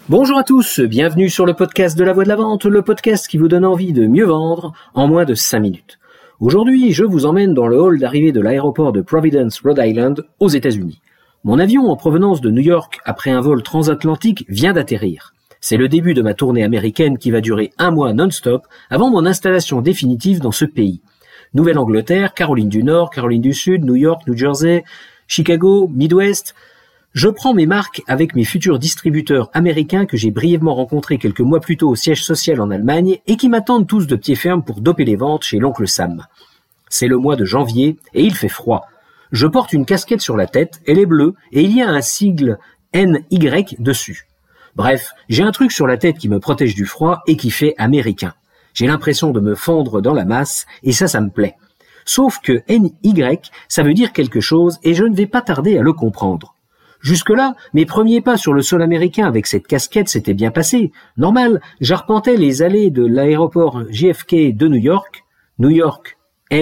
Bonjour à tous, bienvenue sur le podcast de la Voix de la Vente, le podcast qui vous donne envie de mieux vendre en moins de 5 minutes. Aujourd'hui, je vous emmène dans le hall d'arrivée de l'aéroport de Providence, Rhode Island, aux États-Unis. Mon avion en provenance de New York après un vol transatlantique vient d'atterrir. C'est le début de ma tournée américaine qui va durer 1 mois non-stop avant mon installation définitive dans ce pays. Nouvelle-Angleterre, Caroline du Nord, Caroline du Sud, New York, New Jersey, Chicago, Midwest. Je prends mes marques avec mes futurs distributeurs américains que j'ai brièvement rencontrés quelques mois plus tôt au siège social en Allemagne et qui m'attendent tous de pied ferme pour doper les ventes chez l'oncle Sam. C'est le mois de janvier et il fait froid. Je porte une casquette sur la tête, elle est bleue et il y a un sigle NY dessus. Bref, j'ai un truc sur la tête qui me protège du froid et qui fait américain. J'ai l'impression de me fondre dans la masse et ça me plaît. Sauf que NY, ça veut dire quelque chose et je ne vais pas tarder à le comprendre. Jusque-là, mes premiers pas sur le sol américain avec cette casquette s'étaient bien passés. Normal, j'arpentais les allées de l'aéroport JFK de New York,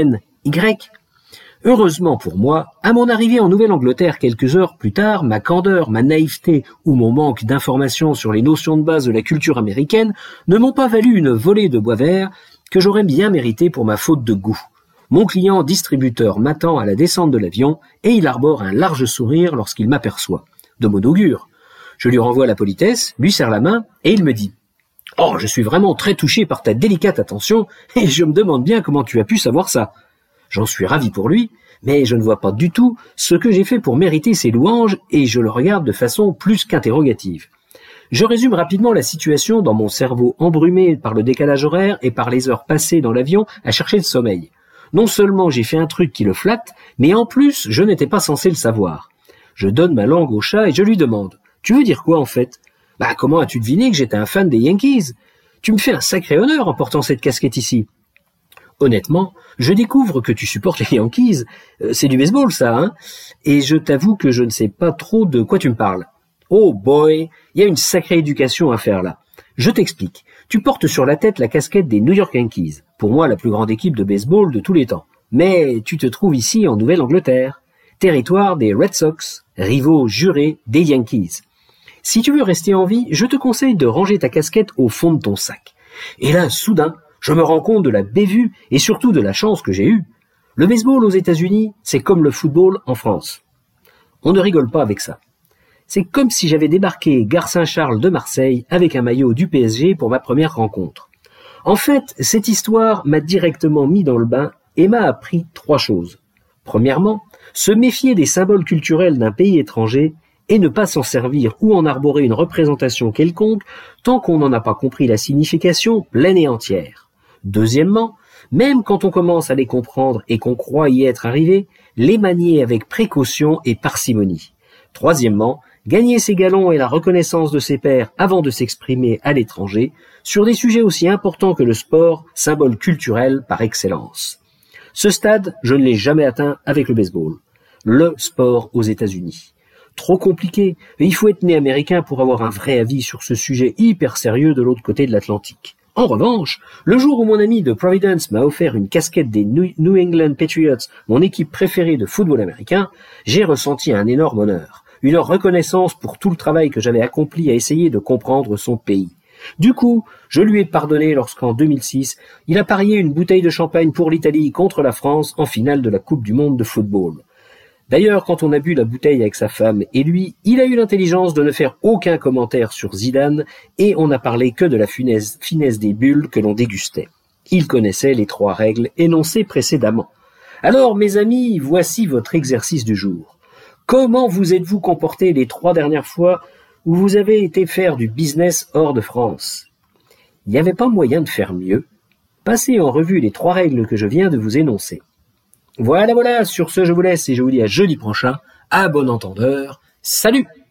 NY. Heureusement pour moi, à mon arrivée en Nouvelle-Angleterre quelques heures plus tard, ma candeur, ma naïveté ou mon manque d'informations sur les notions de base de la culture américaine ne m'ont pas valu une volée de bois vert que j'aurais bien mérité pour ma faute de goût. Mon client distributeur m'attend à la descente de l'avion et il arbore un large sourire lorsqu'il m'aperçoit. De mon augure. Je lui renvoie la politesse, lui serre la main et il me dit « Oh, je suis vraiment très touché par ta délicate attention et je me demande bien comment tu as pu savoir ça. » J'en suis ravi pour lui, mais je ne vois pas du tout ce que j'ai fait pour mériter ces louanges et je le regarde de façon plus qu'interrogative. Je résume rapidement la situation dans mon cerveau embrumé par le décalage horaire et par les heures passées dans l'avion à chercher le sommeil. Non seulement j'ai fait un truc qui le flatte, mais en plus, je n'étais pas censé le savoir. Je donne ma langue au chat et je lui demande « Tu veux dire quoi en fait ? Comment as-tu deviné que j'étais un fan des Yankees ? Tu me fais un sacré honneur en portant cette casquette ici. » Honnêtement, je découvre que tu supportes les Yankees. C'est du baseball ça, hein ? Et je t'avoue que je ne sais pas trop de quoi tu me parles. Oh boy, il y a une sacrée éducation à faire là. Je t'explique. Tu portes sur la tête la casquette des New York Yankees, pour moi la plus grande équipe de baseball de tous les temps. Mais tu te trouves ici en Nouvelle-Angleterre, territoire des Red Sox, rivaux jurés des Yankees. Si tu veux rester en vie, je te conseille de ranger ta casquette au fond de ton sac. Et là, soudain, je me rends compte de la bévue et surtout de la chance que j'ai eue. Le baseball aux États-Unis, c'est comme le football en France. On ne rigole pas avec ça. C'est comme si j'avais débarqué gare Saint-Charles de Marseille avec un maillot du PSG pour ma première rencontre. En fait, cette histoire m'a directement mis dans le bain et m'a appris 3 choses. Premièrement, se méfier des symboles culturels d'un pays étranger et ne pas s'en servir ou en arborer une représentation quelconque tant qu'on n'en a pas compris la signification pleine et entière. Deuxièmement, même quand on commence à les comprendre et qu'on croit y être arrivé, les manier avec précaution et parcimonie. Troisièmement, gagner ses galons et la reconnaissance de ses pairs avant de s'exprimer à l'étranger sur des sujets aussi importants que le sport, symbole culturel par excellence. Ce stade, je ne l'ai jamais atteint avec le baseball. Le sport aux États-Unis. Trop compliqué, et il faut être né américain pour avoir un vrai avis sur ce sujet hyper sérieux de l'autre côté de l'Atlantique. En revanche, le jour où mon ami de Providence m'a offert une casquette des New England Patriots, mon équipe préférée de football américain, j'ai ressenti un énorme honneur, une reconnaissance pour tout le travail que j'avais accompli à essayer de comprendre son pays. Du coup, je lui ai pardonné lorsqu'en 2006, il a parié une bouteille de champagne pour l'Italie contre la France en finale de la Coupe du Monde de football. D'ailleurs, quand on a bu la bouteille avec sa femme et lui, il a eu l'intelligence de ne faire aucun commentaire sur Zidane et on n'a parlé que de la finesse des bulles que l'on dégustait. Il connaissait les 3 règles énoncées précédemment. Alors, mes amis, voici votre exercice du jour. Comment vous êtes-vous comporté les 3 dernières fois où vous avez été faire du business hors de France ? Il n'y avait pas moyen de faire mieux. Passez en revue les 3 règles que je viens de vous énoncer. Voilà, sur ce je vous laisse et je vous dis à jeudi prochain, à bon entendeur, salut!